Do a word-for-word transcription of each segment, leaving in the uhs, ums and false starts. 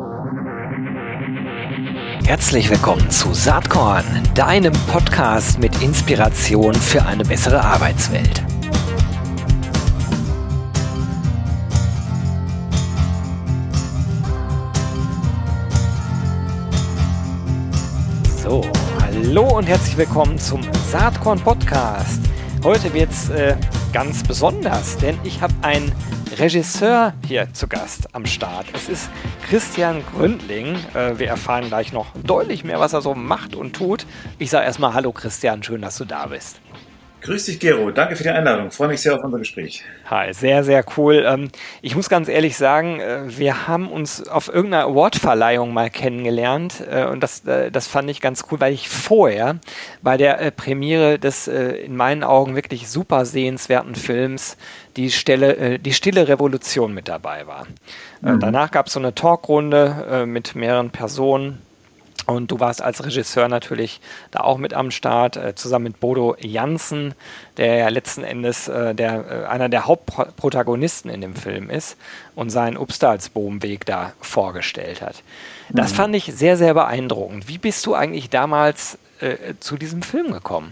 Herzlich willkommen zu Saatkorn, deinem Podcast mit Inspiration für eine bessere Arbeitswelt. So, hallo und herzlich willkommen zum Saatkorn Podcast. Heute wird es äh, ganz besonders, denn ich habe einen Regisseur hier zu Gast am Start. Es ist Christian Gründling. Äh, wir erfahren gleich noch deutlich mehr, was er so macht und tut. Ich sage erstmal Hallo Christian, schön, dass du da bist. Grüß dich, Gero. Danke für die Einladung. Freue mich sehr auf unser Gespräch. Hi, sehr, sehr cool. Ähm, ich muss ganz ehrlich sagen, äh, wir haben uns auf irgendeiner Awardverleihung mal kennengelernt äh, und das, äh, das fand ich ganz cool, weil ich vorher bei der äh, Premiere des äh, in meinen Augen wirklich super sehenswerten Films die, Stelle, äh, die Stille Revolution mit dabei war. Äh, mhm. Danach gab es so eine Talkrunde äh, mit mehreren Personen. Und du warst als Regisseur natürlich da auch mit am Start, äh, zusammen mit Bodo Jansen, der ja letzten Endes äh, der, äh, einer der Hauptprotagonisten in dem Film ist und seinen Upstalsboom-Weg da vorgestellt hat. Das mhm. fand ich sehr, sehr beeindruckend. Wie bist du eigentlich damals äh, zu diesem Film gekommen?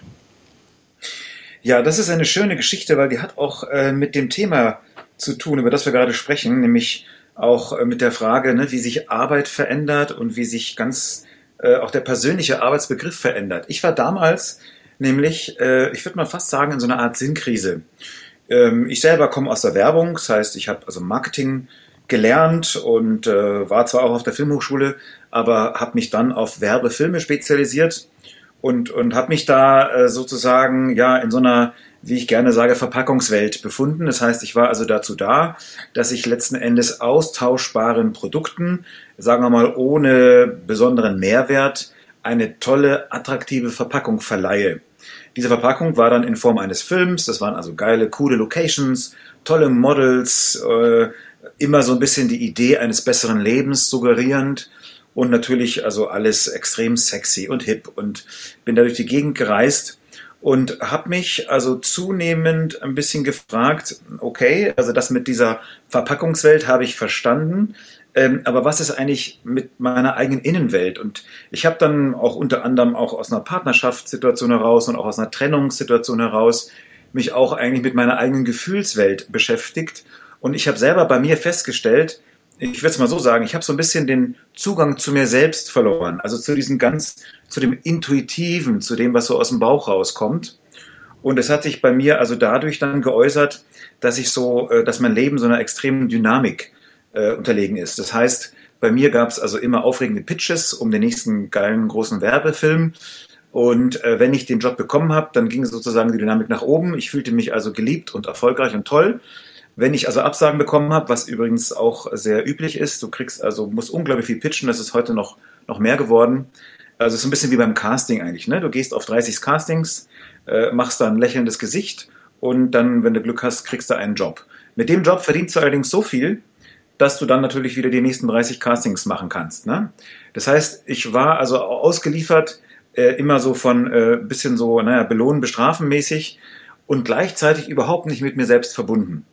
Ja, das ist eine schöne Geschichte, weil die hat auch äh, mit dem Thema zu tun, über das wir gerade sprechen, nämlich auch äh, mit der Frage, ne, wie sich Arbeit verändert und wie sich ganz auch der persönliche Arbeitsbegriff verändert. Ich war damals nämlich, äh, ich würde mal fast sagen, in so einer Art Sinnkrise. Ähm, ich selber komme aus der Werbung, das heißt, ich habe also Marketing gelernt und äh, war zwar auch auf der Filmhochschule, aber habe mich dann auf Werbefilme spezialisiert und, und habe mich da äh, sozusagen ja in so einer, wie ich gerne sage, Verpackungswelt befunden. Das heißt, ich war also dazu da, dass ich letzten Endes austauschbaren Produkten, sagen wir mal ohne besonderen Mehrwert, eine tolle, attraktive Verpackung verleihe. Diese Verpackung war dann in Form eines Films, das waren also geile, coole Locations, tolle Models, äh, immer so ein bisschen die Idee eines besseren Lebens suggerierend und natürlich also alles extrem sexy und hip und bin da durch die Gegend gereist. Und habe mich also zunehmend ein bisschen gefragt, okay, also das mit dieser Verpackungswelt habe ich verstanden, ähm, aber was ist eigentlich mit meiner eigenen Innenwelt? Und ich habe dann auch unter anderem auch aus einer Partnerschaftssituation heraus und auch aus einer Trennungssituation heraus mich auch eigentlich mit meiner eigenen Gefühlswelt beschäftigt. Und ich habe selber bei mir festgestellt, ich würde es mal so sagen, ich habe so ein bisschen den Zugang zu mir selbst verloren, also zu diesem ganz, zu dem Intuitiven, zu dem, was so aus dem Bauch rauskommt. Und es hat sich bei mir also dadurch dann geäußert, dass ich so, dass mein Leben so einer extremen Dynamik äh, unterlegen ist. Das heißt, bei mir gab es also immer aufregende Pitches um den nächsten geilen großen Werbefilm. Und äh, wenn ich den Job bekommen habe, dann ging sozusagen die Dynamik nach oben. Ich fühlte mich also geliebt und erfolgreich und toll. Wenn ich also Absagen bekommen habe, was übrigens auch sehr üblich ist, du kriegst also, musst unglaublich viel pitchen, das ist heute noch, noch mehr geworden. Also es ist ein bisschen wie beim Casting eigentlich, ne? Du gehst auf dreißig Castings, äh, machst da ein lächelndes Gesicht und dann, wenn du Glück hast, kriegst du einen Job. Mit dem Job verdienst du allerdings so viel, dass du dann natürlich wieder die nächsten dreißig Castings machen kannst, ne? Das heißt, ich war also ausgeliefert, äh, immer so von äh, bisschen so, naja, belohnen, bestrafen mäßig und gleichzeitig überhaupt nicht mit mir selbst verbunden.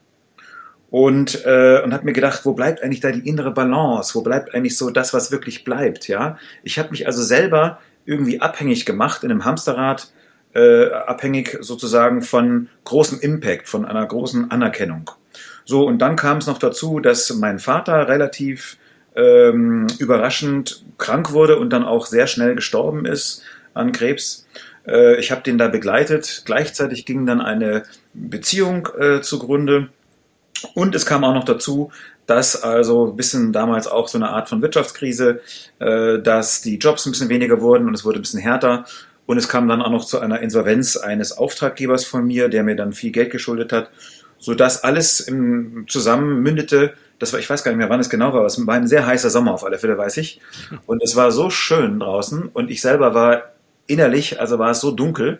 Und, äh, und habe mir gedacht, wo bleibt eigentlich da die innere Balance? Wo bleibt eigentlich so das, was wirklich bleibt? Ja, ich habe mich also selber irgendwie abhängig gemacht in einem Hamsterrad, äh, abhängig sozusagen von großem Impact, von einer großen Anerkennung. So, und dann kam es noch dazu, dass mein Vater relativ ähm, überraschend krank wurde und dann auch sehr schnell gestorben ist an Krebs. Äh, ich habe den da begleitet. Gleichzeitig ging dann eine Beziehung äh, zugrunde. Und es kam auch noch dazu, dass also ein bisschen damals auch so eine Art von Wirtschaftskrise, äh, dass die Jobs ein bisschen weniger wurden und es wurde ein bisschen härter. Und es kam dann auch noch zu einer Insolvenz eines Auftraggebers von mir, der mir dann viel Geld geschuldet hat, sodass alles im zusammen mündete. Das war, ich weiß gar nicht mehr, wann es genau war, aber es war ein sehr heißer Sommer auf alle Fälle, weiß ich. Und es war so schön draußen und ich selber war innerlich, also war es so dunkel.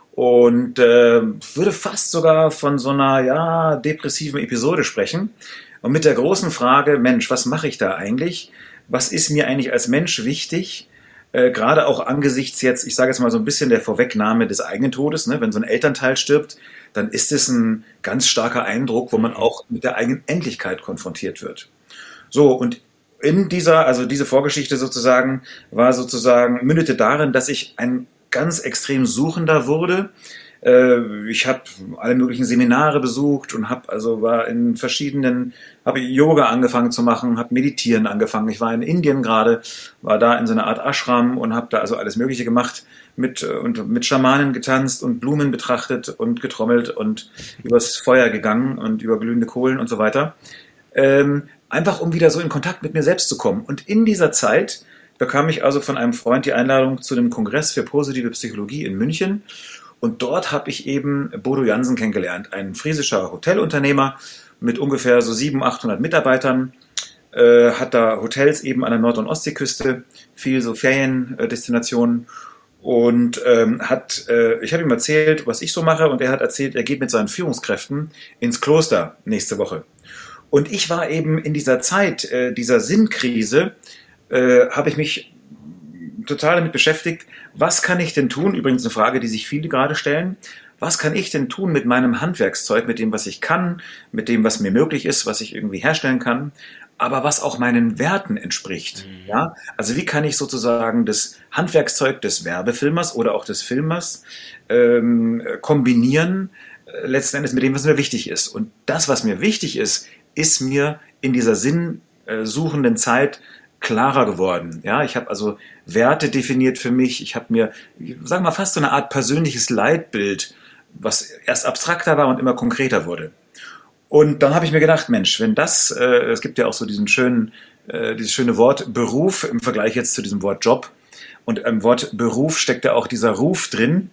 Und äh, würde fast sogar von so einer ja, depressiven Episode sprechen. Und mit der großen Frage, Mensch, was mache ich da eigentlich? Was ist mir eigentlich als Mensch wichtig? Äh, gerade auch angesichts jetzt, ich sage jetzt mal so ein bisschen der Vorwegnahme des eigenen Todes. Ne? Wenn so ein Elternteil stirbt, dann ist es ein ganz starker Eindruck, wo man auch mit der eigenen Endlichkeit konfrontiert wird. So, und in dieser, also diese Vorgeschichte sozusagen, war sozusagen, mündete darin, dass ich ein ganz extrem Suchender wurde. Äh, ich habe alle möglichen Seminare besucht und habe also war in verschiedenen, habe Yoga angefangen zu machen, habe Meditieren angefangen. Ich war in Indien gerade, war da in so einer Art Ashram und habe da also alles Mögliche gemacht, mit und mit Schamanen getanzt und Blumen betrachtet und getrommelt und übers Feuer gegangen und über glühende Kohlen und so weiter. Ähm, einfach um wieder so in Kontakt mit mir selbst zu kommen. Und in dieser Zeit bekam ich also von einem Freund die Einladung zu dem Kongress für positive Psychologie in München. Und dort habe ich eben Bodo Jansen kennengelernt, ein friesischer Hotelunternehmer mit ungefähr so siebenhundert, achthundert Mitarbeitern, äh, hat da Hotels eben an der Nord- und Ostseeküste, viel so Feriendestinationen und ähm, hat, äh, ich habe ihm erzählt, was ich so mache und er hat erzählt, er geht mit seinen Führungskräften ins Kloster nächste Woche. Und ich war eben in dieser Zeit, äh, dieser Sinnkrise, äh, habe ich mich total damit beschäftigt, was kann ich denn tun? Übrigens eine Frage, die sich viele gerade stellen. Was kann ich denn tun mit meinem Handwerkszeug, mit dem, was ich kann, mit dem, was mir möglich ist, was ich irgendwie herstellen kann, aber was auch meinen Werten entspricht? Mhm. Ja? Also wie kann ich sozusagen das Handwerkszeug des Werbefilmers oder auch des Filmers ähm, kombinieren, äh, letzten Endes mit dem, was mir wichtig ist? Und das, was mir wichtig ist, ist mir in dieser sinnsuchenden Zeit klarer geworden. Ja, ich habe also Werte definiert für mich. Ich habe mir, sagen wir mal, fast so eine Art persönliches Leitbild, was erst abstrakter war und immer konkreter wurde. Und dann habe ich mir gedacht, Mensch, wenn das, äh, es gibt ja auch so diesen schönen, äh, dieses schöne Wort Beruf im Vergleich jetzt zu diesem Wort Job. Und im Wort Beruf steckt ja auch dieser Ruf drin.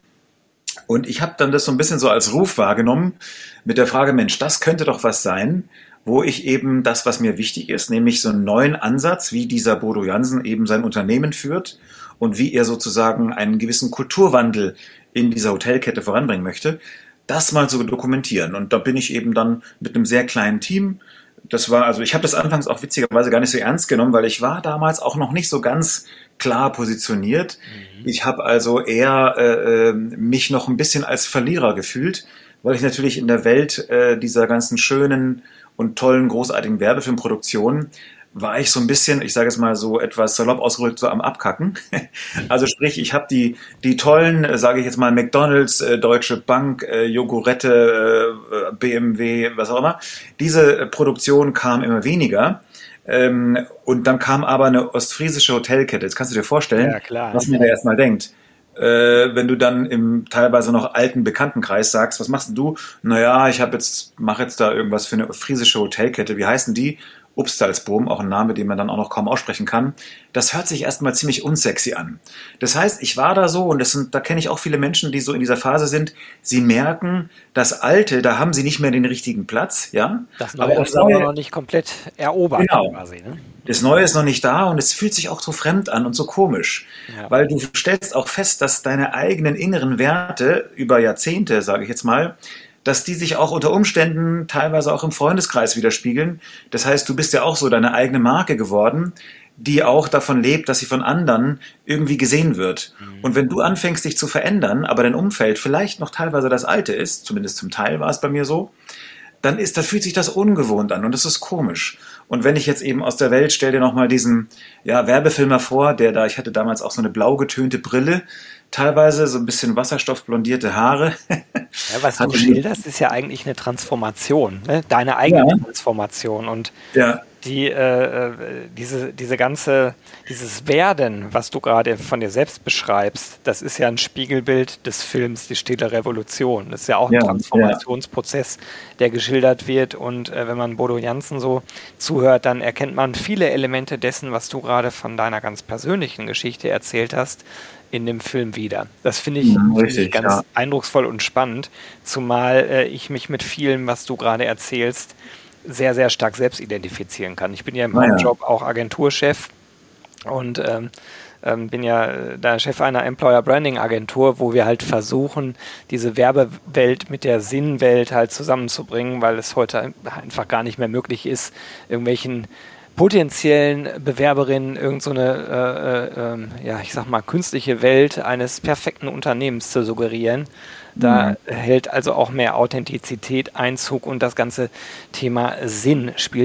Und ich habe dann das so ein bisschen so als Ruf wahrgenommen mit der Frage, Mensch, das könnte doch was sein, wo ich eben das, was mir wichtig ist, nämlich so einen neuen Ansatz, wie dieser Bodo Jansen eben sein Unternehmen führt und wie er sozusagen einen gewissen Kulturwandel in dieser Hotelkette voranbringen möchte, das mal zu dokumentieren. Und da bin ich eben dann mit einem sehr kleinen Team. Das war, also ich habe das anfangs auch witzigerweise gar nicht so ernst genommen, weil ich war damals auch noch nicht so ganz klar positioniert. Mhm. Ich habe also eher äh, mich noch ein bisschen als Verlierer gefühlt, weil ich natürlich in der Welt äh, dieser ganzen schönen und tollen, großartigen Werbefilmproduktionen war ich so ein bisschen, ich sage es mal so etwas salopp ausgedrückt, so am Abkacken. Also sprich, ich habe die die tollen, äh, sage ich jetzt mal, McDonald's, äh, Deutsche Bank, äh, Jogurette, äh, B M W, was auch immer. Diese äh, Produktion kam immer weniger. Ähm, und dann kam aber eine ostfriesische Hotelkette. Jetzt kannst du dir vorstellen, ja, klar, was man da erstmal denkt. Äh, wenn du dann im teilweise noch alten Bekanntenkreis sagst, was machst denn du? Naja, ich habe jetzt, mache jetzt da irgendwas für eine friesische Hotelkette. Wie heißen die? Upstalsboom, auch ein Name, den man dann auch noch kaum aussprechen kann. Das hört sich erstmal ziemlich unsexy an. Das heißt, ich war da so, und das sind, da kenne ich auch viele Menschen, die so in dieser Phase sind, sie merken, das Alte, da haben sie nicht mehr den richtigen Platz, ja. Das Neue aber das ist Neue noch nicht komplett erobert, genau, quasi, ne? Das Neue ist noch nicht da und es fühlt sich auch so fremd an und so komisch, ja. Weil du stellst auch fest, dass deine eigenen inneren Werte über Jahrzehnte, sage ich jetzt mal, dass die sich auch unter Umständen teilweise auch im Freundeskreis widerspiegeln. Das heißt, du bist ja auch so deine eigene Marke geworden, die auch davon lebt, dass sie von anderen irgendwie gesehen wird. Mhm. Und wenn du anfängst, dich zu verändern, aber dein Umfeld vielleicht noch teilweise das Alte ist, zumindest zum Teil war es bei mir so, dann ist, da fühlt sich das ungewohnt an und das ist komisch. Und wenn ich jetzt eben aus der Welt, stell dir nochmal diesen ja, Werbefilmer vor, der da, ich hatte damals auch so eine blau getönte Brille, teilweise so ein bisschen wasserstoffblondierte Haare. Ja, was du schilderst, ist ja eigentlich eine Transformation, ne? Deine eigene ja. Transformation. Und ja. die, äh, diese, diese ganze, dieses Werden, was du gerade von dir selbst beschreibst, das ist ja ein Spiegelbild des Films Die Stille Revolution. Das ist ja auch ein ja, Transformationsprozess, der geschildert wird. Und äh, wenn man Bodo Jansen so zuhört, dann erkennt man viele Elemente dessen, was du gerade von deiner ganz persönlichen Geschichte erzählt hast, in dem Film wieder. Das finde ich, ja, find ich ganz ja. eindrucksvoll und spannend, zumal äh, ich mich mit vielem, was du gerade erzählst, sehr, sehr stark selbst identifizieren kann. Ich bin ja im ah, Hauptjob ja. auch Agenturchef und ähm, ähm, bin ja der Chef einer Employer Branding Agentur, wo wir halt versuchen, diese Werbewelt mit der Sinnwelt halt zusammenzubringen, weil es heute einfach gar nicht mehr möglich ist, irgendwelchen potenziellen Bewerberinnen irgend so eine, äh, äh, ja, ich sag mal, künstliche Welt eines perfekten Unternehmens zu suggerieren. Da mhm. hält also auch mehr Authentizität Einzug und das ganze Thema Sinn spielt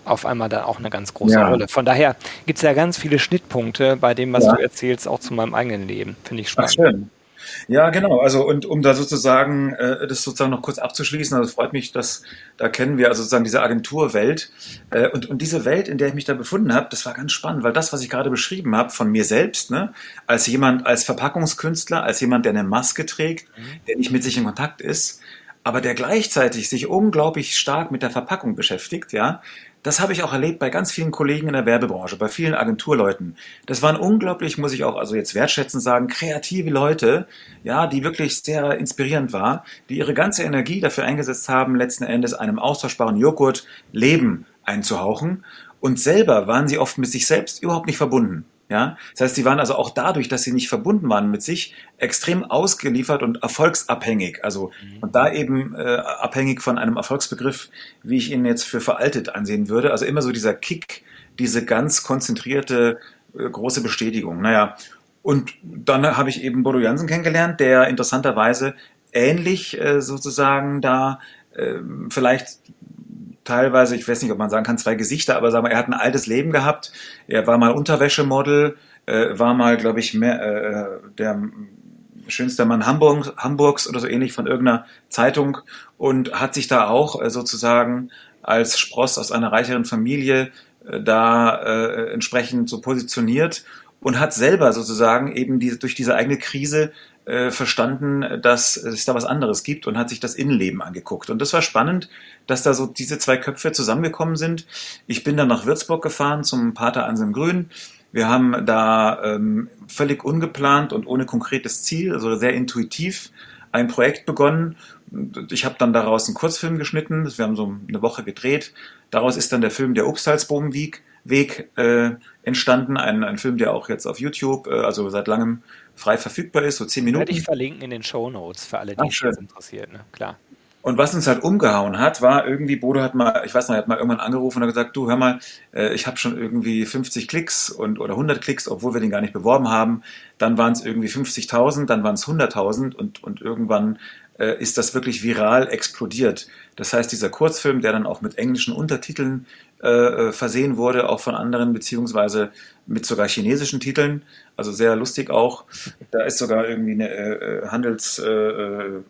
auf einmal dann auch eine ganz große Ja, Rolle. Von daher gibt es ja ganz viele Schnittpunkte bei dem, was du ja. erzählst, auch zu meinem eigenen Leben. Finde ich Ach, spannend. schön. Ja, genau. Also und um da sozusagen äh, das sozusagen noch kurz abzuschließen, also es freut mich, dass da kennen wir also sozusagen diese Agenturwelt äh, und und diese Welt, in der ich mich da befunden habe, das war ganz spannend, weil das, was ich gerade beschrieben habe von mir selbst, ne, als jemand, als Verpackungskünstler, als jemand, der eine Maske trägt, Mhm. der nicht mit sich in Kontakt ist, aber der gleichzeitig sich unglaublich stark mit der Verpackung beschäftigt, ja. Das habe ich auch erlebt bei ganz vielen Kollegen in der Werbebranche, bei vielen Agenturleuten. Das waren unglaublich, muss ich auch also jetzt wertschätzend sagen, kreative Leute, ja, die wirklich sehr inspirierend war, die ihre ganze Energie dafür eingesetzt haben, letzten Endes einem austauschbaren Joghurt Leben einzuhauchen. Und selber waren sie oft mit sich selbst überhaupt nicht verbunden. Ja, das heißt, sie waren also auch dadurch, dass sie nicht verbunden waren mit sich, extrem ausgeliefert und erfolgsabhängig. Also Mhm. und da eben äh, abhängig von einem Erfolgsbegriff, wie ich ihn jetzt für veraltet ansehen würde. Also immer so dieser Kick, diese ganz konzentrierte äh, große Bestätigung. Naja, und dann habe ich eben Bodo Jansen kennengelernt, der interessanterweise ähnlich äh, sozusagen da ähm, vielleicht teilweise, ich weiß nicht, ob man sagen kann, zwei Gesichter, aber sagen wir, er hat ein altes Leben gehabt. Er war mal Unterwäschemodel, äh, war mal, glaube ich, mehr, äh, der schönste Mann Hamburg, Hamburgs oder so ähnlich von irgendeiner Zeitung und hat sich da auch äh, sozusagen als Spross aus einer reicheren Familie äh, da äh, entsprechend so positioniert und hat selber sozusagen eben diese, durch diese eigene Krise äh, verstanden, dass es da was anderes gibt und hat sich das Innenleben angeguckt. Und das war spannend, dass da so diese zwei Köpfe zusammengekommen sind. Ich bin dann nach Würzburg gefahren zum Pater Anselm Grün. Wir haben da ähm, völlig ungeplant und ohne konkretes Ziel, also sehr intuitiv, ein Projekt begonnen. Ich habe dann daraus einen Kurzfilm geschnitten. Wir haben so eine Woche gedreht. Daraus ist dann der Film Der Upsalzbobenweg Weg, äh, entstanden. Ein, ein Film, der auch jetzt auf YouTube, äh, also seit langem frei verfügbar ist, so zehn Werde ich Minuten. verlinken in den Shownotes für alle, die Ach, es jetzt schön. interessiert, ne? Klar. Und was uns halt umgehauen hat, war irgendwie, Bodo hat mal, ich weiß noch, er hat mal irgendwann angerufen und hat gesagt, du hör mal, äh, ich habe schon irgendwie fünfzig Klicks und oder hundert Klicks, obwohl wir den gar nicht beworben haben. Dann waren es irgendwie fünfzigtausend, dann waren es hunderttausend und, und irgendwann äh, ist das wirklich viral explodiert. Das heißt, dieser Kurzfilm, der dann auch mit englischen Untertiteln äh, versehen wurde, auch von anderen, beziehungsweise mit sogar chinesischen Titeln, also sehr lustig auch. Da ist sogar irgendwie eine äh, Handels... Äh,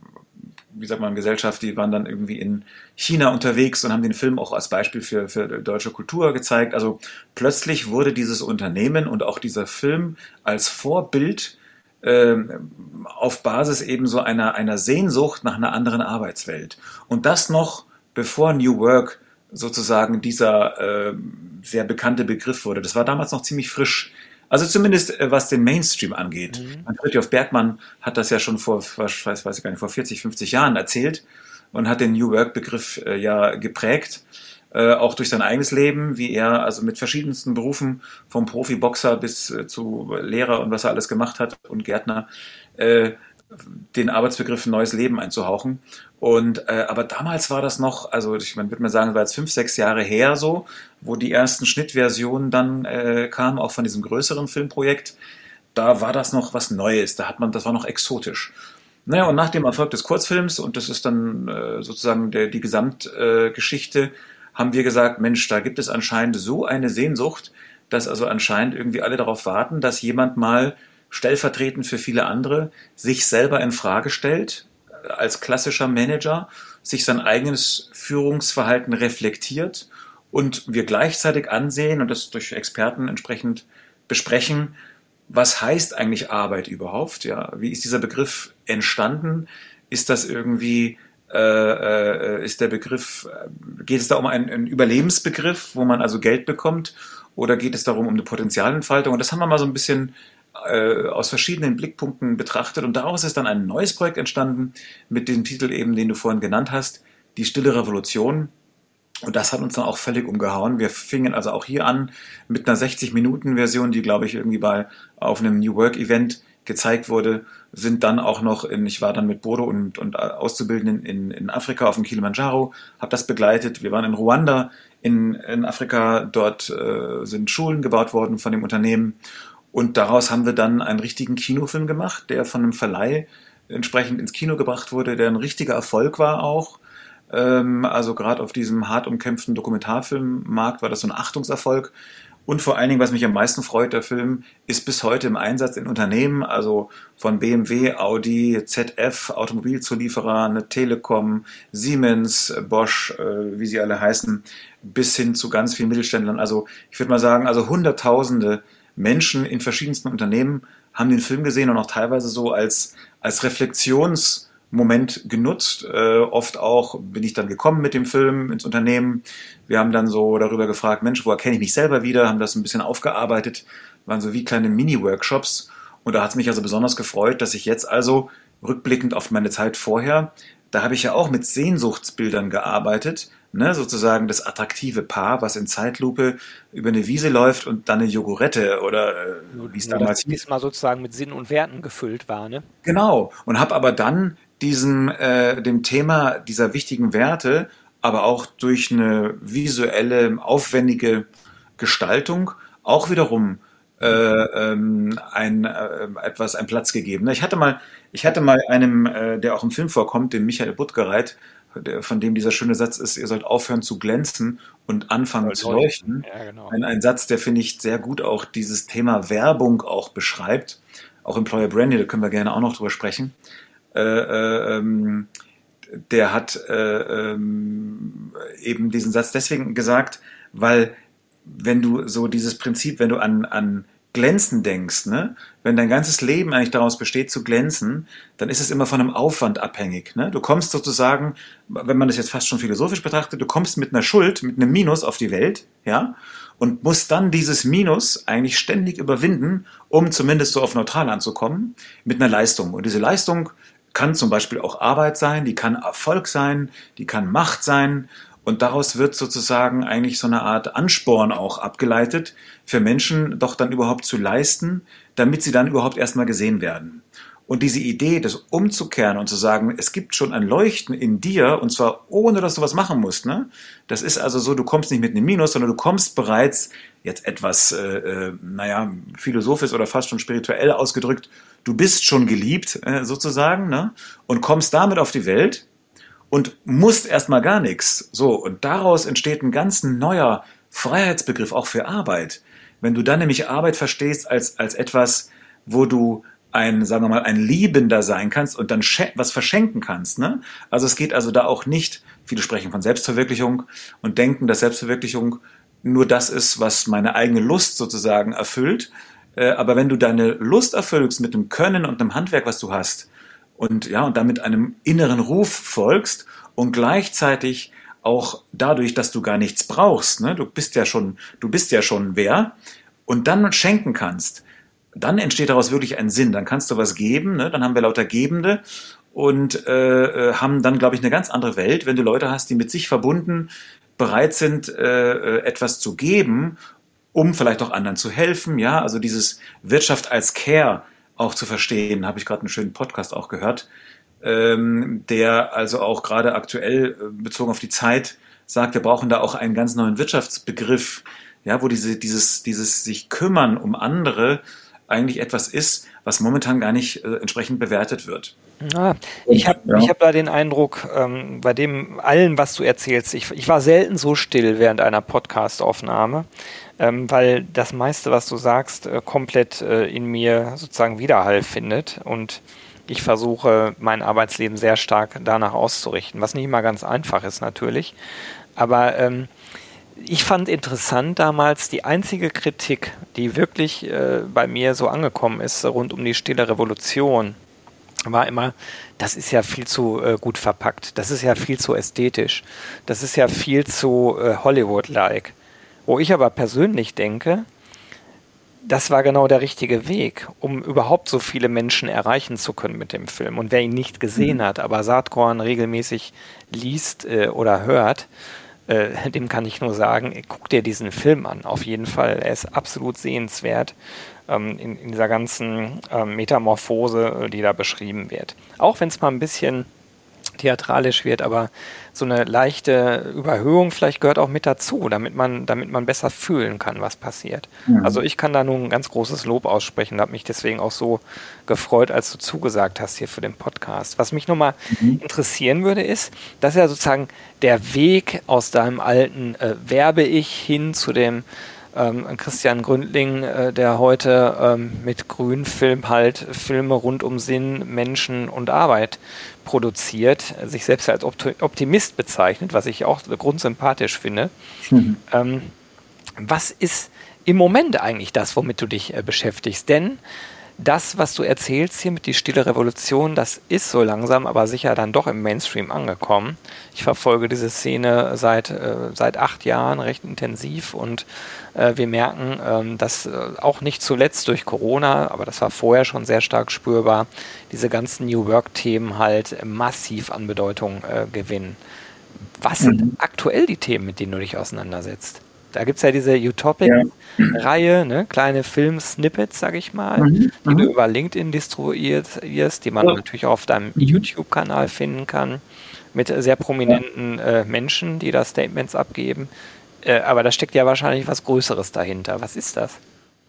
wie sagt man, Gesellschaft, die waren dann irgendwie in China unterwegs und haben den Film auch als Beispiel für, für deutsche Kultur gezeigt. Also plötzlich wurde dieses Unternehmen und auch dieser Film als Vorbild ähm, auf Basis eben so einer, einer Sehnsucht nach einer anderen Arbeitswelt. Und das noch bevor New Work sozusagen dieser äh, sehr bekannte Begriff wurde. Das war damals noch ziemlich frisch. Also zumindest äh, was den Mainstream angeht. Mhm. Fridtjof Bergmann hat das ja schon vor, weiß, weiß ich gar nicht, vor vierzig, fünfzig Jahren erzählt und hat den New Work-Begriff äh, ja geprägt, äh, auch durch sein eigenes Leben, wie er also mit verschiedensten Berufen, vom Profiboxer bis äh, zu Lehrer und was er alles gemacht hat und Gärtner, äh, den Arbeitsbegriff neues Leben einzuhauchen. Und äh, aber damals war das noch, also ich man würde mal sagen, das war jetzt fünf, sechs Jahre her so, wo die ersten Schnittversionen dann äh, kamen, auch von diesem größeren Filmprojekt. Da war das noch was Neues, da hat man, das war noch exotisch. Naja, und nach dem Erfolg des Kurzfilms, und das ist dann äh, sozusagen der, die Gesamtgeschichte, äh, Geschichte, haben wir gesagt, Mensch, da gibt es anscheinend so eine Sehnsucht, dass also anscheinend irgendwie alle darauf warten, dass jemand mal stellvertretend für viele andere sich selber in Frage stellt, äh, als klassischer Manager, sich sein eigenes Führungsverhalten reflektiert und wir gleichzeitig ansehen und das durch Experten entsprechend besprechen, was heißt eigentlich Arbeit überhaupt? Ja, wie ist dieser Begriff entstanden? Ist das irgendwie, äh, äh, ist der Begriff, äh, geht es da um einen, einen Überlebensbegriff, wo man also Geld bekommt? Oder geht es darum um eine Potenzialentfaltung? Und das haben wir mal so ein bisschen äh, aus verschiedenen Blickpunkten betrachtet. Und daraus ist dann ein neues Projekt entstanden mit dem Titel eben, den du vorhin genannt hast, Die Stille Revolution. Und das hat uns dann auch völlig umgehauen. Wir fingen also auch hier an mit einer sechzig-Minuten-Version, die, glaube ich, irgendwie bei auf einem New Work-Event gezeigt wurde, sind dann auch noch in, ich war dann mit Bodo und, und Auszubildenden in, in Afrika auf dem Kilimanjaro, habe das begleitet. Wir waren in Ruanda, in, in Afrika, dort äh, sind Schulen gebaut worden von dem Unternehmen. Und daraus haben wir dann einen richtigen Kinofilm gemacht, der von einem Verleih entsprechend ins Kino gebracht wurde, der ein richtiger Erfolg war auch. Ähm, also gerade auf diesem hart umkämpften Dokumentarfilmmarkt war das so ein Achtungserfolg. Und vor allen Dingen, was mich am meisten freut, der Film ist bis heute im Einsatz in Unternehmen, also von B M W, Audi, Z F, Automobilzulieferer, eine Telekom, Siemens, Bosch, äh, wie sie alle heißen, bis hin zu ganz vielen Mittelständlern. Also ich würde mal sagen, also Hunderttausende Menschen in verschiedensten Unternehmen haben den Film gesehen und auch teilweise so als, als Reflexionsmoment genutzt. Äh, oft auch bin ich dann gekommen mit dem Film ins Unternehmen. Wir haben dann so darüber gefragt, Mensch, wo erkenne ich mich selber wieder? Haben das ein bisschen aufgearbeitet, waren so wie kleine Mini-Workshops. Und da hat es mich also besonders gefreut, dass ich jetzt also rückblickend auf meine Zeit vorher, da habe ich ja auch mit Sehnsuchtsbildern gearbeitet, ne, sozusagen das attraktive Paar, was in Zeitlupe über eine Wiese läuft und dann eine Jogurette oder äh, Nur, wie es nur damals dass hieß. diesmal sozusagen mit Sinn und Werten gefüllt war, ne? Genau. Und habe aber dann diesem, äh, dem Thema dieser wichtigen Werte, aber auch durch eine visuelle, aufwendige Gestaltung auch wiederum äh, ähm, ein, äh, etwas, einen Platz gegeben. Ich hatte mal, ich hatte mal einem, äh, der auch im Film vorkommt, dem Michael Buttgereit, der, von dem dieser schöne Satz ist, ihr sollt aufhören zu glänzen und anfangen Soll zu leuchten. leuchten. Ja, genau. Ein, ein Satz, der finde ich sehr gut auch dieses Thema Werbung auch beschreibt. Auch Employer Branding, da können wir gerne auch noch drüber sprechen. Äh, äh, ähm, der hat äh, ähm, eben diesen Satz deswegen gesagt, weil wenn du so dieses Prinzip, wenn du an, an Glänzen denkst, ne? Wenn dein ganzes Leben eigentlich daraus besteht zu glänzen, dann ist es immer von einem Aufwand abhängig. Ne? Du kommst sozusagen, wenn man das jetzt fast schon philosophisch betrachtet, du kommst mit einer Schuld, mit einem Minus auf die Welt, ja, und musst dann dieses Minus eigentlich ständig überwinden, um zumindest so auf neutral anzukommen, mit einer Leistung. Und diese Leistung kann zum Beispiel auch Arbeit sein, die kann Erfolg sein, die kann Macht sein. Und daraus wird sozusagen eigentlich so eine Art Ansporn auch abgeleitet, für Menschen doch dann überhaupt zu leisten, damit sie dann überhaupt erstmal gesehen werden. Und diese Idee, das umzukehren und zu sagen, es gibt schon ein Leuchten in dir, und zwar ohne, dass du was machen musst, ne? Das ist also so, du kommst nicht mit einem Minus, sondern du kommst bereits, jetzt etwas, äh, äh, naja, philosophisch oder fast schon spirituell ausgedrückt, du bist schon geliebt, äh, sozusagen, ne? Und kommst damit auf die Welt und musst erstmal gar nichts. So, und daraus entsteht ein ganz neuer Freiheitsbegriff auch für Arbeit. Wenn du dann nämlich Arbeit verstehst als, als etwas, wo du ein, sagen wir mal, ein Liebender sein kannst und dann was verschenken kannst. Ne? Also es geht also da auch nicht, viele sprechen von Selbstverwirklichung und denken, dass Selbstverwirklichung nur das ist, was meine eigene Lust sozusagen erfüllt. Äh, aber wenn du deine Lust erfüllst mit einem Können und einem Handwerk, was du hast, und ja, und damit einem inneren Ruf folgst und gleichzeitig auch dadurch, dass du gar nichts brauchst, ne? Du bist ja schon, du bist ja schon wer, und dann schenken kannst, dann entsteht daraus wirklich ein Sinn. Dann kannst du was geben, ne? Dann haben wir lauter Gebende und äh, haben dann, glaube ich, eine ganz andere Welt, wenn du Leute hast, die mit sich verbunden bereit sind, äh, etwas zu geben, um vielleicht auch anderen zu helfen. Ja, also dieses Wirtschaft als Care auch zu verstehen, habe ich gerade einen schönen Podcast auch gehört, ähm, der also auch gerade aktuell äh, bezogen auf die Zeit sagt, wir brauchen da auch einen ganz neuen Wirtschaftsbegriff, ja, wo diese, dieses, dieses sich kümmern um andere eigentlich etwas ist, was momentan gar nicht äh, entsprechend bewertet wird. Ja, ich habe Ja. ich hab da den Eindruck, ähm, bei dem allen, was du erzählst, ich, ich war selten so still während einer Podcast-Aufnahme, ähm, weil das meiste, was du sagst, äh, komplett äh, in mir sozusagen Widerhall findet und ich versuche, mein Arbeitsleben sehr stark danach auszurichten, was nicht immer ganz einfach ist natürlich, aber ähm, ich fand interessant damals, die einzige Kritik, die wirklich äh, bei mir so angekommen ist, rund um die Stille Revolution, war immer, das ist ja viel zu äh, gut verpackt, das ist ja viel zu ästhetisch, das ist ja viel zu äh, Hollywood-like. Wo ich aber persönlich denke, das war genau der richtige Weg, um überhaupt so viele Menschen erreichen zu können mit dem Film. Und wer ihn nicht gesehen Mhm. hat, aber Saatkorn regelmäßig liest äh, oder hört, äh, dem kann ich nur sagen, guck dir diesen Film an, auf jeden Fall. Er ist absolut sehenswert ähm, in, in dieser ganzen ähm, Metamorphose, äh, die da beschrieben wird. Auch wenn es mal ein bisschen theatralisch wird, aber so eine leichte Überhöhung vielleicht gehört auch mit dazu, damit man, damit man besser fühlen kann, was passiert. Mhm. Also ich kann da nun ein ganz großes Lob aussprechen und habe mich deswegen auch so gefreut, als du zugesagt hast hier für den Podcast. Was mich nochmal Mhm. interessieren würde, ist, dass ja sozusagen der Weg aus deinem alten äh, Werbe-Ich hin zu dem ähm, Christian Gründling, äh, der heute ähm, mit Grünfilm halt Filme rund um Sinn, Menschen und Arbeit produziert, sich selbst als Optimist bezeichnet, was ich auch grundsympathisch finde. Mhm. Ähm, was ist im Moment eigentlich das, womit du dich äh, beschäftigst? Denn das, was du erzählst hier mit die Stille Revolution, das ist so langsam, aber sicher dann doch im Mainstream angekommen. Ich verfolge diese Szene seit, äh, seit acht Jahren recht intensiv und äh, wir merken, ähm, dass äh, auch nicht zuletzt durch Corona, aber das war vorher schon sehr stark spürbar, diese ganzen New Work-Themen halt massiv an Bedeutung äh, gewinnen. Was sind Mhm. aktuell die Themen, mit denen du dich auseinandersetzt? Da gibt es ja diese Utopic-Reihe, ne? Kleine Film-Snippets, sag ich mal, Mhm. die du Mhm. über LinkedIn distribuierst, die man Ja. natürlich auch auf deinem Mhm. YouTube-Kanal finden kann, mit sehr prominenten äh, Menschen, die da Statements abgeben. Äh, aber da steckt ja wahrscheinlich was Größeres dahinter. Was ist das?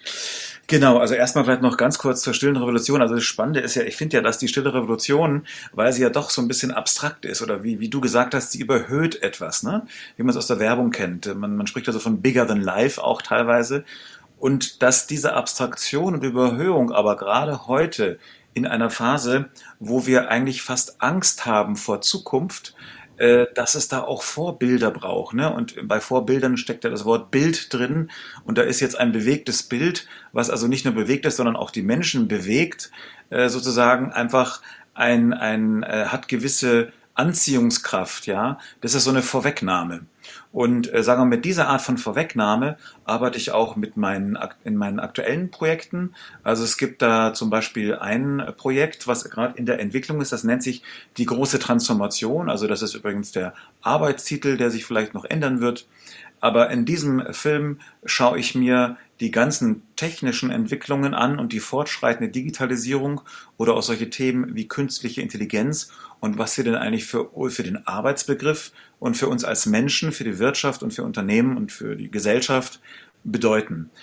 Genau, also erstmal vielleicht noch ganz kurz zur Stillen Revolution. Also das Spannende ist ja, ich finde ja, dass die Stille Revolution, weil sie ja doch so ein bisschen abstrakt ist oder wie, wie du gesagt hast, sie überhöht etwas, ne? Wie man es aus der Werbung kennt. Man, man spricht also von bigger than life auch teilweise. Und dass diese Abstraktion und Überhöhung aber gerade heute in einer Phase, wo wir eigentlich fast Angst haben vor Zukunft, äh, dass es da auch Vorbilder braucht. Ne? Und bei Vorbildern steckt ja das Wort Bild drin. Und da ist jetzt ein bewegtes Bild, was also nicht nur bewegt ist, sondern auch die Menschen bewegt, äh, sozusagen einfach ein, ein äh, hat gewisse Anziehungskraft, ja. Das ist so eine Vorwegnahme. Und äh, sagen wir, mit dieser Art von Vorwegnahme arbeite ich auch mit meinen, in meinen aktuellen Projekten. Also es gibt da zum Beispiel ein Projekt, was gerade in der Entwicklung ist, das nennt sich die große Transformation. Also das ist übrigens der Arbeitstitel, der sich vielleicht noch ändern wird. Aber in diesem Film schaue ich mir die ganzen technischen Entwicklungen an und die fortschreitende Digitalisierung oder auch solche Themen wie künstliche Intelligenz und was sie denn eigentlich für, für den Arbeitsbegriff und für uns als Menschen, für die Wirtschaft und für Unternehmen und für die Gesellschaft bedeuten.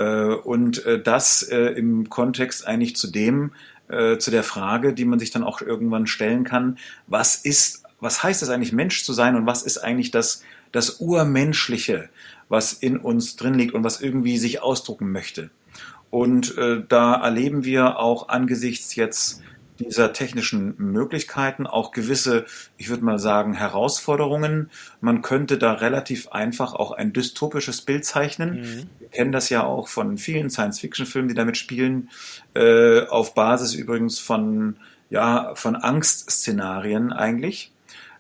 Und das im Kontext eigentlich zu dem, zu der Frage, die man sich dann auch irgendwann stellen kann, was ist, was heißt es eigentlich, Mensch zu sein und was ist eigentlich das, das Urmenschliche, was in uns drin liegt und was irgendwie sich ausdrucken möchte. Und äh, da erleben wir auch angesichts jetzt dieser technischen Möglichkeiten auch gewisse, ich würde mal sagen, Herausforderungen. Man könnte da relativ einfach auch ein dystopisches Bild zeichnen. Mhm. Wir kennen das ja auch von vielen Science-Fiction-Filmen, die damit spielen, äh, auf Basis übrigens von, ja, von Angstszenarien eigentlich.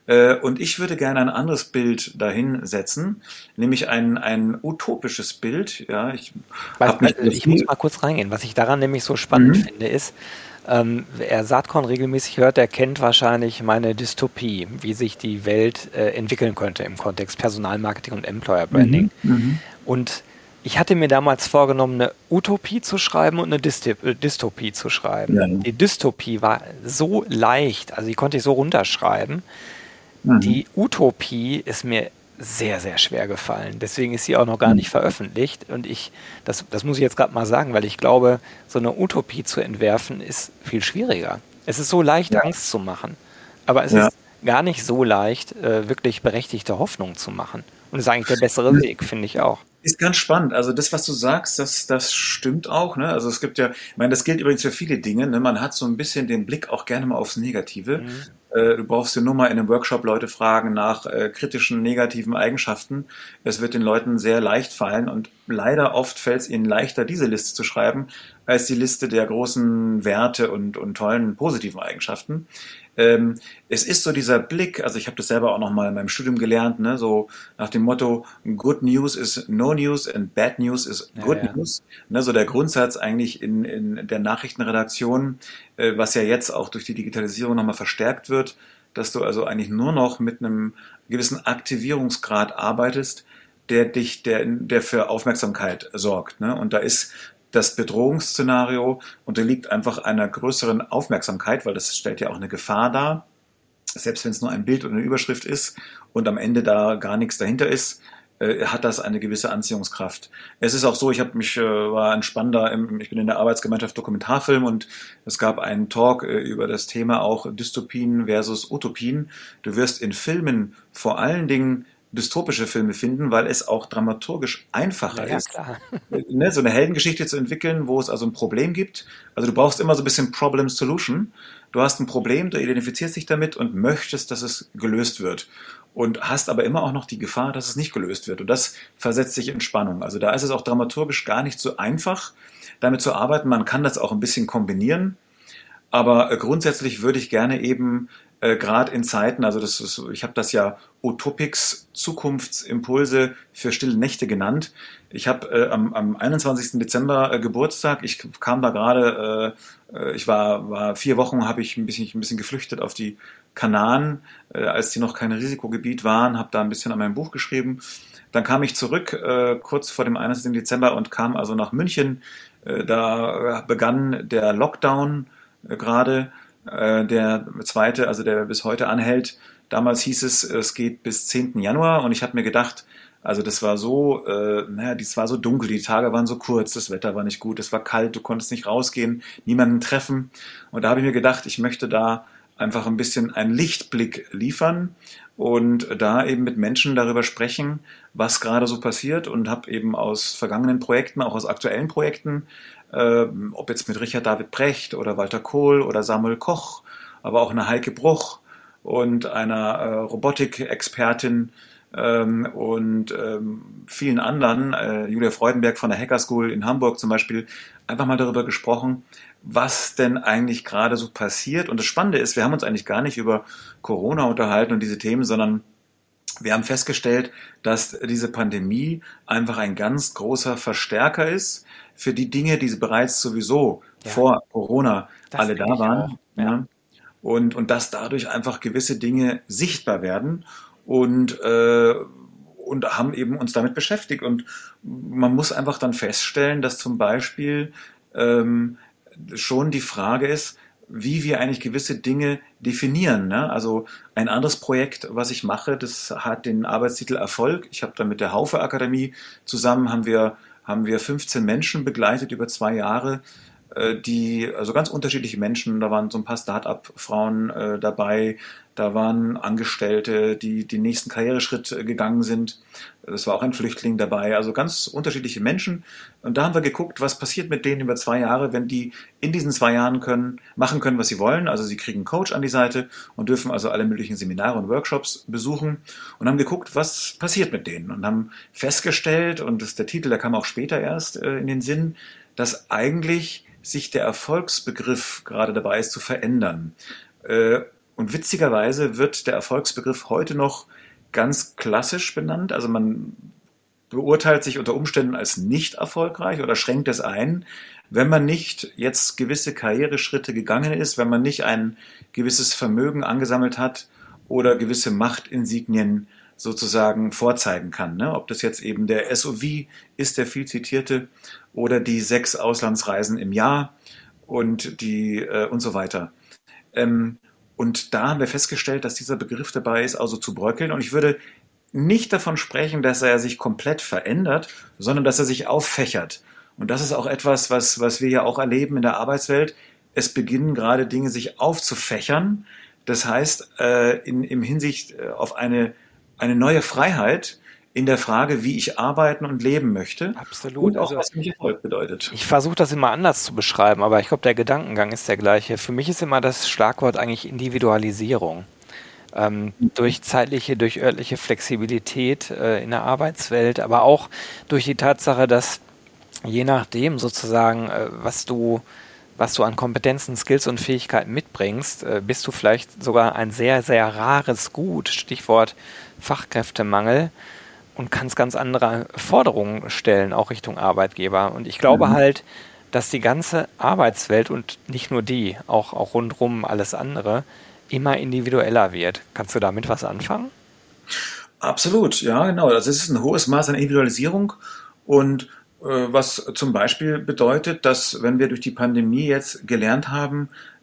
Und ich würde gerne ein anderes Bild dahin setzen, nämlich ein, ein utopisches Bild. Ja, ich Weißt, hab mich ich muss mal kurz reingehen. Was ich daran nämlich so spannend Mhm. finde, ist, ähm, wer Saatkorn regelmäßig hört, der kennt wahrscheinlich meine Dystopie, wie sich die Welt äh, entwickeln könnte im Kontext Personalmarketing und Employer Branding. Mhm. Mhm. Und ich hatte mir damals vorgenommen, eine Utopie zu schreiben und eine Dystop äh, Dystopie zu schreiben. Ja. Die Dystopie war so leicht, also die konnte ich so runterschreiben. Mhm. Die Utopie ist mir sehr, sehr schwer gefallen. Deswegen ist sie auch noch gar nicht veröffentlicht. Und ich, das, das muss ich jetzt gerade mal sagen, weil ich glaube, so eine Utopie zu entwerfen ist viel schwieriger. Es ist so leicht, Ja. Angst zu machen. Aber es Ja. ist gar nicht so leicht, äh, wirklich berechtigte Hoffnung zu machen. Und das ist eigentlich der bessere Weg, finde ich auch. Ist ganz spannend. Also das, was du sagst, das, das stimmt auch. Ne? Also es gibt ja, ich meine, das gilt übrigens für viele Dinge. Ne? Man hat so ein bisschen den Blick auch gerne mal aufs Negative. Mhm. Äh, du brauchst dir nur mal in einem Workshop Leute fragen nach äh, kritischen, negativen Eigenschaften. Es wird den Leuten sehr leicht fallen und leider oft fällt es ihnen leichter, diese Liste zu schreiben, als die Liste der großen Werte und, und tollen positiven Eigenschaften. Ähm, es ist so dieser Blick, also ich habe das selber auch noch mal in meinem Studium gelernt, ne, so nach dem Motto, good news is no news and bad news is Ja, good ja. news. Ne, so der Grundsatz eigentlich in, in der Nachrichtenredaktion, äh, was ja jetzt auch durch die Digitalisierung nochmal verstärkt wird, dass du also eigentlich nur noch mit einem gewissen Aktivierungsgrad arbeitest, der dich, der, der für Aufmerksamkeit sorgt. Ne? Und da ist das Bedrohungsszenario unterliegt einfach einer größeren Aufmerksamkeit, weil das stellt ja auch eine Gefahr dar. selbst wenn es nur ein Bild oder eine Überschrift ist und am Ende da gar nichts dahinter ist, äh, hat das eine gewisse Anziehungskraft. Es ist auch so, ich habe mich, äh, war ein spannender, im, ich bin in der Arbeitsgemeinschaft Dokumentarfilm und es gab einen Talk äh, über das Thema auch Dystopien versus Utopien. Du wirst in Filmen vor allen Dingen dystopische Filme finden, weil es auch dramaturgisch Ja, einfacher ja, ist, klar. äh, ne, so eine Heldengeschichte zu entwickeln, wo es also ein Problem gibt. Also du brauchst immer so ein bisschen Problem Solution. Du hast ein Problem, du identifizierst dich damit und möchtest, dass es gelöst wird. Und hast aber immer auch noch die Gefahr, dass es nicht gelöst wird. Und das versetzt sich in Spannung. Also da ist es auch dramaturgisch gar nicht so einfach, damit zu arbeiten. Man kann das auch ein bisschen kombinieren. Aber äh, grundsätzlich würde ich gerne eben äh, gerade in Zeiten, also das ist, ich habe das ja Utopics Zukunftsimpulse für stille Nächte genannt. Ich habe äh, am, am einundzwanzigsten Dezember äh, Geburtstag. Ich kam da gerade, äh, äh, ich war, war vier Wochen, habe ich ein bisschen, ein bisschen geflüchtet auf die Kanaren, äh, als die noch kein Risikogebiet waren, habe da ein bisschen an meinem Buch geschrieben. Dann kam ich zurück äh, kurz vor dem einundzwanzigsten Dezember und kam also nach München. Äh, da begann der Lockdown äh, gerade, äh, der zweite, also der bis heute anhält. Damals hieß es, es geht bis zehnten Januar und ich habe mir gedacht, also das war so, äh, naja, das war so dunkel, die Tage waren so kurz, das Wetter war nicht gut, es war kalt, du konntest nicht rausgehen, niemanden treffen. Und da habe ich mir gedacht, ich möchte da einfach ein bisschen einen Lichtblick liefern und da eben mit Menschen darüber sprechen, was gerade so passiert und habe eben aus vergangenen Projekten, auch aus aktuellen Projekten, äh, ob jetzt mit Richard David Precht oder Walter Kohl oder Samuel Koch, aber auch eine Heike Bruch und einer äh, Robotik-Expertin ähm, und ähm, vielen anderen, äh, Julia Freudenberg von der Hacker School in Hamburg zum Beispiel, einfach mal darüber gesprochen, was denn eigentlich gerade so passiert. Und das Spannende ist, wir haben uns eigentlich gar nicht über Corona unterhalten und diese Themen, sondern wir haben festgestellt, dass diese Pandemie einfach ein ganz großer Verstärker ist für die Dinge, die bereits sowieso Ja, vor Corona das alle da denke ich auch. waren. Ja. Ja. Und, und dass dadurch einfach gewisse Dinge sichtbar werden und, äh, und haben eben uns damit beschäftigt. Und man muss einfach dann feststellen, dass zum Beispiel ähm, schon die Frage ist, wie wir eigentlich gewisse Dinge definieren. Ne? Also ein anderes Projekt, was ich mache, das hat den Arbeitstitel Erfolg. Ich habe da mit der Haufe Akademie zusammen, haben wir, haben wir fünfzehn Menschen begleitet über zwei Jahre, äh, die, also ganz unterschiedliche Menschen, da waren so ein paar Start-up-Frauen äh, dabei, da waren Angestellte, die den nächsten Karriereschritt äh, gegangen sind. Es war auch ein Flüchtling dabei, also ganz unterschiedliche Menschen. Und da haben wir geguckt, was passiert mit denen über zwei Jahre, wenn die in diesen zwei Jahren können, machen können, was sie wollen. Also sie kriegen einen Coach an die Seite und dürfen also alle möglichen Seminare und Workshops besuchen und haben geguckt, was passiert mit denen und haben festgestellt, und das ist der Titel, der kam auch später erst äh, in den Sinn, dass eigentlich sich der Erfolgsbegriff gerade dabei ist zu verändern. Äh, und witzigerweise wird der Erfolgsbegriff heute noch ganz klassisch benannt. Also man beurteilt sich unter Umständen als nicht erfolgreich oder schränkt es ein, wenn man nicht jetzt gewisse Karriereschritte gegangen ist, wenn man nicht ein gewisses Vermögen angesammelt hat oder gewisse Machtinsignien sozusagen vorzeigen kann. Ne? Ob das jetzt eben der S O V ist, der viel zitierte, oder die sechs Auslandsreisen im Jahr und die äh, und so weiter. Ähm, und da haben wir festgestellt, dass dieser Begriff dabei ist, also zu bröckeln. Und ich würde nicht davon sprechen, dass er sich komplett verändert, sondern dass er sich auffächert. Und das ist auch etwas, was, was wir ja auch erleben in der Arbeitswelt. Es beginnen gerade Dinge sich aufzufächern. Das heißt, äh, in, in Hinsicht auf eine, eine neue Freiheit in der Frage, wie ich arbeiten und leben möchte. Absolut. Und auch, Also was für mich Erfolg bedeutet. ich versuche das immer anders zu beschreiben, aber ich glaube, der Gedankengang ist der gleiche. Für mich ist immer das Schlagwort eigentlich Individualisierung. Ähm, durch zeitliche, durch örtliche Flexibilität äh, in der Arbeitswelt, aber auch durch die Tatsache, dass je nachdem sozusagen, äh, was du, was du an Kompetenzen, Skills und Fähigkeiten mitbringst, äh, bist du vielleicht sogar ein sehr, sehr rares Gut, Stichwort Fachkräftemangel, und kannst ganz andere Forderungen stellen, auch Richtung Arbeitgeber. Und ich glaube Mhm. halt, dass die ganze Arbeitswelt und nicht nur die, auch, auch rundrum alles andere, immer individueller wird. Kannst du damit was anfangen? Absolut, ja, genau. Also es ist ein hohes Maß an Individualisierung und äh, was zum Beispiel bedeutet, dass wenn wir durch die Pandemie jetzt gelernt haben,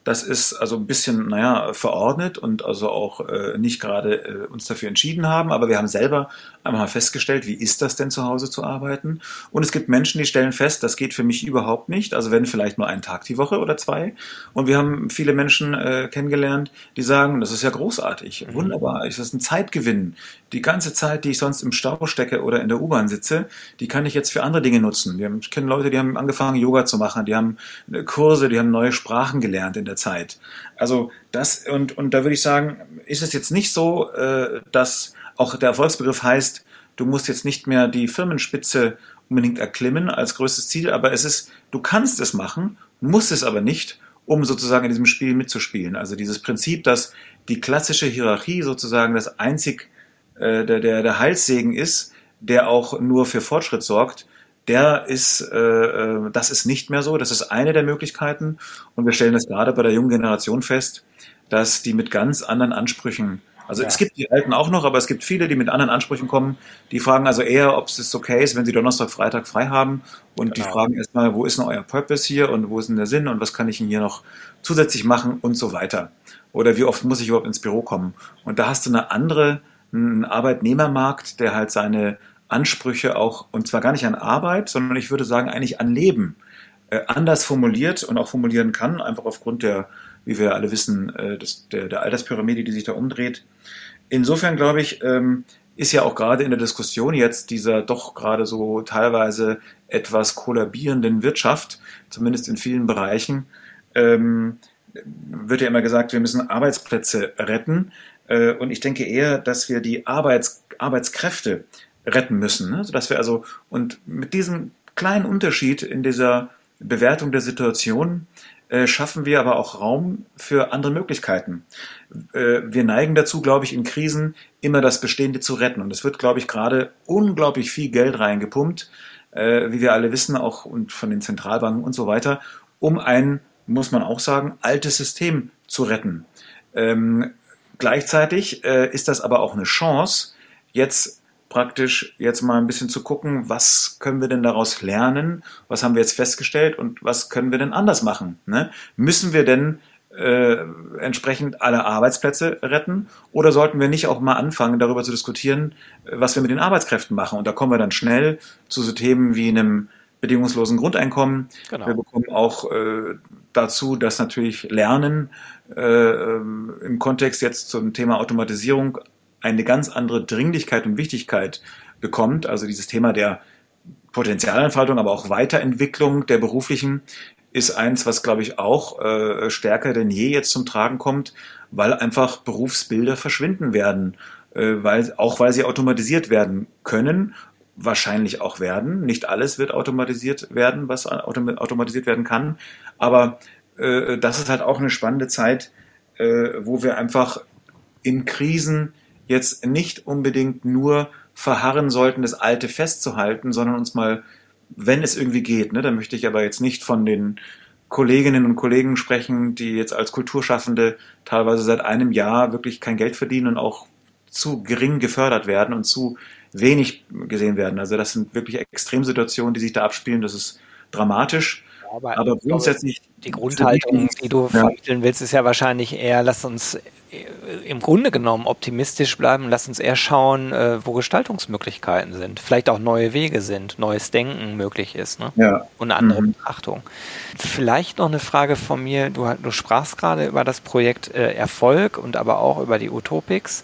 das ist also ein bisschen, naja, verordnet und also auch äh, nicht gerade äh, uns dafür entschieden haben, aber wir haben selber einmal festgestellt, wie ist das denn zu Hause zu arbeiten? Und es gibt Menschen, die stellen fest, das geht für mich überhaupt nicht, also wenn vielleicht nur einen Tag die Woche oder zwei. Und wir haben viele Menschen äh, kennengelernt, die sagen, das ist ja großartig, Mhm. wunderbar, es ist ein Zeitgewinn. Die ganze Zeit, die ich sonst im Stau stecke oder in der U-Bahn sitze, die kann ich jetzt für andere Dinge nutzen. Wir haben, ich kenne Leute, die haben angefangen, Yoga zu machen, die haben äh, Kurse, die haben neue Sprachen gelernt in der Zeit. Also das, und, und da würde ich sagen, ist es jetzt nicht so, äh, dass auch der Erfolgsbegriff heißt, du musst jetzt nicht mehr die Firmenspitze unbedingt erklimmen als größtes Ziel, aber es ist, du kannst es machen, musst es aber nicht, um sozusagen in diesem Spiel mitzuspielen. Also dieses Prinzip, dass die klassische Hierarchie sozusagen das einzig äh, der, der, der Heilssegen ist, der auch nur für Fortschritt sorgt, der ist, äh, äh, das ist nicht mehr so. Das ist eine der Möglichkeiten. Und wir stellen das gerade bei der jungen Generation fest, dass die mit ganz anderen Ansprüchen, also es Ja, gibt die Alten auch noch, aber es gibt viele, die mit anderen Ansprüchen kommen. Die fragen also eher, ob es okay ist, wenn sie Donnerstag, Freitag frei haben. Und die genau. fragen erstmal, wo ist denn euer Purpose hier und wo ist denn der Sinn und was kann ich denn hier noch zusätzlich machen und so weiter. Oder wie oft muss ich überhaupt ins Büro kommen? Und da hast du eine andere, einen Arbeitnehmermarkt, der halt seine Ansprüche auch, und zwar gar nicht an Arbeit, sondern ich würde sagen eigentlich an Leben, äh, anders formuliert und auch formulieren kann, einfach aufgrund der, wie wir alle wissen, äh, des, der, der Alterspyramide, die sich da umdreht. Insofern glaube ich, ähm, ist ja auch gerade in der Diskussion jetzt dieser doch gerade so teilweise etwas kollabierenden Wirtschaft, zumindest in vielen Bereichen, ähm, wird ja immer gesagt, wir müssen Arbeitsplätze retten. Äh, und ich denke eher, dass wir die Arbeits, Arbeitskräfte retten müssen. Ne? Sodass wir also, und mit diesem kleinen Unterschied in dieser Bewertung der Situation äh, schaffen wir aber auch Raum für andere Möglichkeiten. Äh, wir neigen dazu, glaube ich, in Krisen immer das Bestehende zu retten. Und es wird, glaube ich, gerade unglaublich viel Geld reingepumpt, äh, wie wir alle wissen, auch und von den Zentralbanken und so weiter, um ein, muss man auch sagen, altes System zu retten. Ähm, gleichzeitig äh, ist das aber auch eine Chance, jetzt praktisch jetzt mal ein bisschen zu gucken, was können wir denn daraus lernen, was haben wir jetzt festgestellt und was können wir denn anders machen. Ne? Müssen wir denn äh, entsprechend alle Arbeitsplätze retten oder sollten wir nicht auch mal anfangen, darüber zu diskutieren, was wir mit den Arbeitskräften machen? Und da kommen wir dann schnell zu so Themen wie einem bedingungslosen Grundeinkommen. Wir Genau. bekommen auch äh, dazu, dass natürlich Lernen äh, im Kontext jetzt zum Thema Automatisierung eine ganz andere Dringlichkeit und Wichtigkeit bekommt. Also dieses Thema der Potenzialentfaltung, aber auch Weiterentwicklung der beruflichen ist eins, was, glaube ich, auch äh, stärker denn je jetzt zum Tragen kommt, weil einfach Berufsbilder verschwinden werden, äh, weil, auch weil sie automatisiert werden können, wahrscheinlich auch werden. Nicht alles wird automatisiert werden, was autom automatisiert werden kann, aber äh, das ist halt auch eine spannende Zeit, äh, wo wir einfach in Krisen jetzt nicht unbedingt nur verharren sollten, das Alte festzuhalten, sondern uns mal, wenn es irgendwie geht, ne, da möchte ich aber jetzt nicht von den Kolleginnen und Kollegen sprechen, die jetzt als Kulturschaffende teilweise seit einem Jahr wirklich kein Geld verdienen und auch zu gering gefördert werden und zu wenig gesehen werden. Also das sind wirklich Extremsituationen, die sich da abspielen. Das ist dramatisch, Ja, aber aber ich glaube, grundsätzlich die für mich Grundhaltung, die du ja, vermitteln willst, ist ja wahrscheinlich eher, lass uns äh, im Grunde genommen optimistisch bleiben, lass uns eher schauen, äh, wo Gestaltungsmöglichkeiten sind, vielleicht auch neue Wege sind, neues Denken möglich ist, ne? ja, Und eine andere mhm. Betrachtung. Vielleicht noch eine Frage von mir, du, du sprachst gerade über das Projekt äh, Erfolg und aber auch über die Utopics.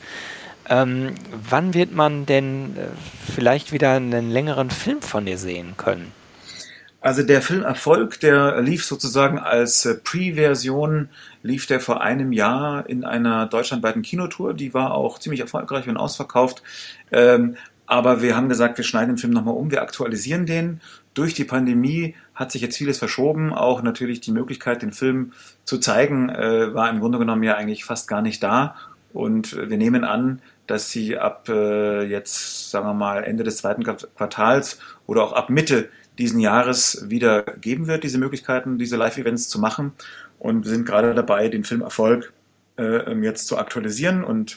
Ähm, wann wird man denn äh, vielleicht wieder einen längeren Film von dir sehen können? Also der Film Erfolg, der lief sozusagen als äh, Pre-Version, lief der vor einem Jahr in einer deutschlandweiten Kinotour. Die war auch ziemlich erfolgreich und ausverkauft. Ähm, aber wir haben gesagt, wir schneiden den Film nochmal um, wir aktualisieren den. Durch die Pandemie hat sich jetzt vieles verschoben. Auch natürlich die Möglichkeit, den Film zu zeigen, äh, war im Grunde genommen ja eigentlich fast gar nicht da. Und wir nehmen an, dass sie ab äh, jetzt, sagen wir mal, Ende des zweiten Quartals oder auch ab Mitte diesen Jahres wieder geben wird, diese Möglichkeiten, diese Live-Events zu machen. Und wir sind gerade dabei, den Film Erfolg äh, jetzt zu aktualisieren und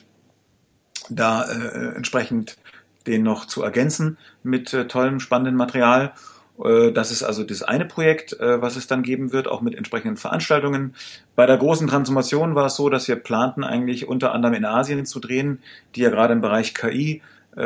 da äh, entsprechend den noch zu ergänzen mit äh, tollem, spannendem Material. Das ist also das eine Projekt, was es dann geben wird, auch mit entsprechenden Veranstaltungen. Bei der großen Transformation war es so, dass wir planten eigentlich unter anderem in Asien zu drehen, die ja gerade im Bereich K I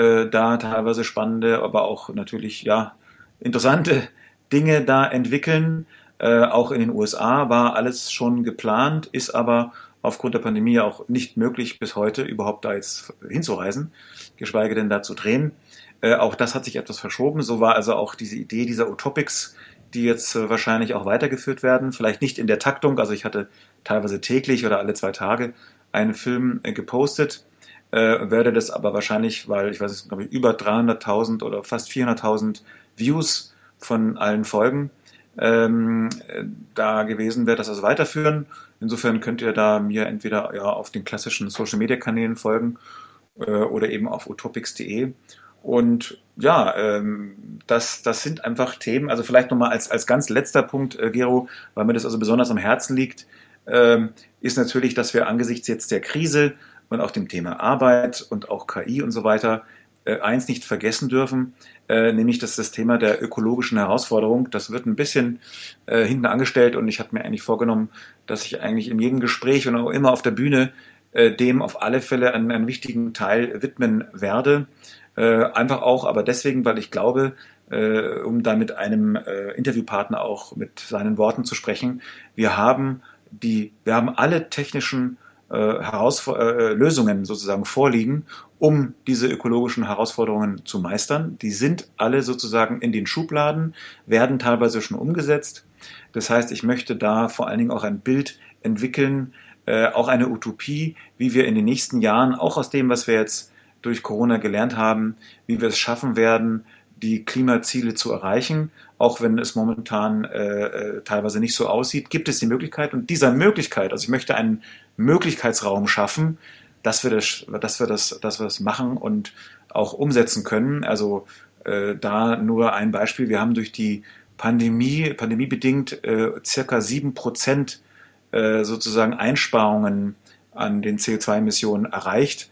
da teilweise spannende, aber auch natürlich ja interessante Dinge da entwickeln. Auch in den U S A war alles schon geplant, ist aber aufgrund der Pandemie auch nicht möglich bis heute überhaupt da jetzt hinzureisen, geschweige denn da zu drehen. Äh, auch das hat sich etwas verschoben. So war also auch diese Idee dieser Utopics, die jetzt äh, wahrscheinlich auch weitergeführt werden. Vielleicht nicht in der Taktung. Also ich hatte teilweise täglich oder alle zwei Tage einen Film äh, gepostet. Äh, werde das aber wahrscheinlich, weil ich weiß es, glaube ich, über dreihunderttausend oder fast vierhunderttausend Views von allen Folgen ähm, äh, da gewesen, werde das also weiterführen. Insofern könnt ihr da mir entweder ja auf den klassischen Social-Media-Kanälen folgen äh, oder eben auf utopics punkt de. Und ja, ähm, das, das sind einfach Themen, also vielleicht nochmal als, als ganz letzter Punkt, äh, Gero, weil mir das also besonders am Herzen liegt, ähm, ist natürlich, dass wir angesichts jetzt der Krise und auch dem Thema Arbeit und auch K I und so weiter äh, eins nicht vergessen dürfen, äh, nämlich dass das Thema der ökologischen Herausforderung, das wird ein bisschen äh, hinten angestellt und ich habe mir eigentlich vorgenommen, dass ich eigentlich in jedem Gespräch und auch immer auf der Bühne äh, dem auf alle Fälle einen, einen wichtigen Teil widmen werde. Äh, einfach auch, aber deswegen, weil ich glaube, äh, um da mit einem äh, Interviewpartner auch mit seinen Worten zu sprechen, wir haben die, wir haben alle technischen äh, Herausfor- äh, Lösungen sozusagen vorliegen, um diese ökologischen Herausforderungen zu meistern. Die sind alle sozusagen in den Schubladen, werden teilweise schon umgesetzt. Das heißt, ich möchte da vor allen Dingen auch ein Bild entwickeln, äh, auch eine Utopie, wie wir in den nächsten Jahren, auch aus dem, was wir jetzt durch Corona gelernt haben, wie wir es schaffen werden, die Klimaziele zu erreichen, auch wenn es momentan äh, teilweise nicht so aussieht, gibt es die Möglichkeit. Und dieser Möglichkeit, also ich möchte einen Möglichkeitsraum schaffen, dass wir das, dass wir das, dass wir das machen und auch umsetzen können. Also äh, da nur ein Beispiel: Wir haben durch die Pandemie, pandemiebedingt äh, circa sieben Prozent äh, sozusagen Einsparungen an den C O zwei Emissionen erreicht.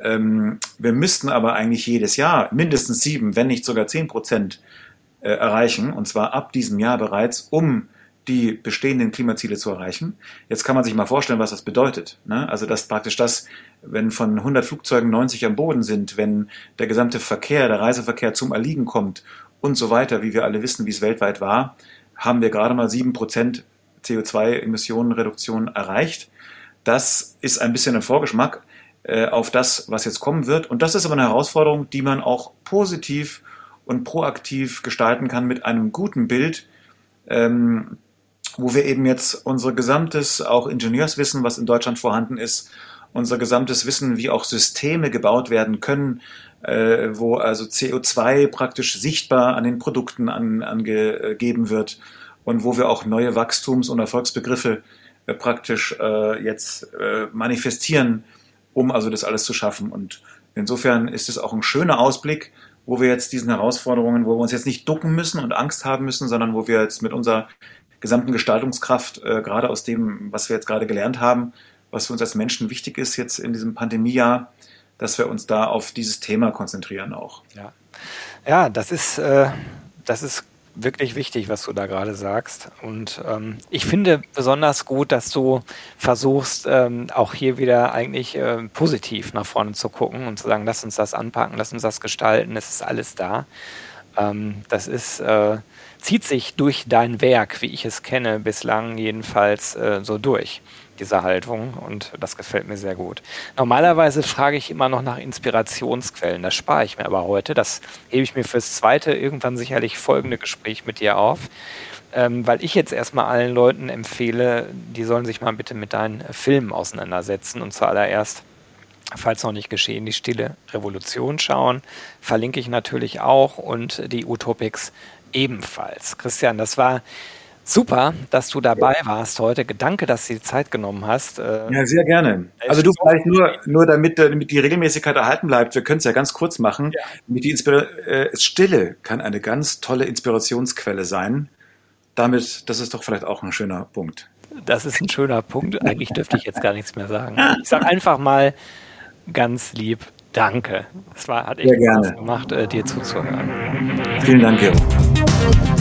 Wir müssten aber eigentlich jedes Jahr mindestens sieben, wenn nicht sogar zehn Prozent äh, erreichen, und zwar ab diesem Jahr bereits, um die bestehenden Klimaziele zu erreichen. Jetzt kann man sich mal vorstellen, was das bedeutet. Ne? Also dass praktisch das, wenn von hundert Flugzeugen neunzig am Boden sind, wenn der gesamte Verkehr, der Reiseverkehr zum Erliegen kommt und so weiter, wie wir alle wissen, wie es weltweit war, haben wir gerade mal sieben Prozent C O zwei Emissionenreduktion erreicht. Das ist ein bisschen ein Vorgeschmack auf das, was jetzt kommen wird. Und das ist aber eine Herausforderung, die man auch positiv und proaktiv gestalten kann mit einem guten Bild, ähm, wo wir eben jetzt unser gesamtes, auch Ingenieurswissen, was in Deutschland vorhanden ist, unser gesamtes Wissen, wie auch Systeme gebaut werden können, äh, wo also C O zwei praktisch sichtbar an den Produkten an, angegeben wird und wo wir auch neue Wachstums- und Erfolgsbegriffe äh, praktisch äh, jetzt äh, manifestieren, um also das alles zu schaffen. Und insofern ist es auch ein schöner Ausblick, wo wir jetzt diesen Herausforderungen, wo wir uns jetzt nicht ducken müssen und Angst haben müssen, sondern wo wir jetzt mit unserer gesamten Gestaltungskraft, äh, gerade aus dem, was wir jetzt gerade gelernt haben, was für uns als Menschen wichtig ist jetzt in diesem Pandemiejahr, dass wir uns da auf dieses Thema konzentrieren auch. Ja, ja das ist, äh, das ist wirklich wichtig, was du da gerade sagst. Und ähm, ich finde besonders gut, dass du versuchst, ähm, auch hier wieder eigentlich äh, positiv nach vorne zu gucken und zu sagen, lass uns das anpacken, lass uns das gestalten, es ist alles da. Ähm, das ist, äh, zieht sich durch dein Werk, wie ich es kenne, bislang jedenfalls äh, so durch, diese Haltung, und das gefällt mir sehr gut. Normalerweise frage ich immer noch nach Inspirationsquellen, das spare ich mir aber heute, das hebe ich mir fürs zweite, irgendwann sicherlich folgende Gespräch mit dir auf, ähm, weil ich jetzt erstmal allen Leuten empfehle, die sollen sich mal bitte mit deinen Filmen auseinandersetzen, und zuallererst, falls noch nicht geschehen, die Stille Revolution schauen, verlinke ich natürlich auch, und die Utopics ebenfalls. Christian, das war super, dass du dabei warst heute. Danke, dass du die Zeit genommen hast. Ja, sehr gerne. Also du vielleicht nur, nur damit, damit die Regelmäßigkeit erhalten bleibt, wir können es ja ganz kurz machen. Ja. Mit die Inspira- äh, Stille kann eine ganz tolle Inspirationsquelle sein. Damit, das ist doch vielleicht auch ein schöner Punkt. Das ist ein schöner Punkt. Eigentlich dürfte ich jetzt gar nichts mehr sagen. Ich sage einfach mal ganz lieb Danke. Es war, hat echt Spaß gemacht, äh, dir zuzuhören. Vielen Dank, Gero.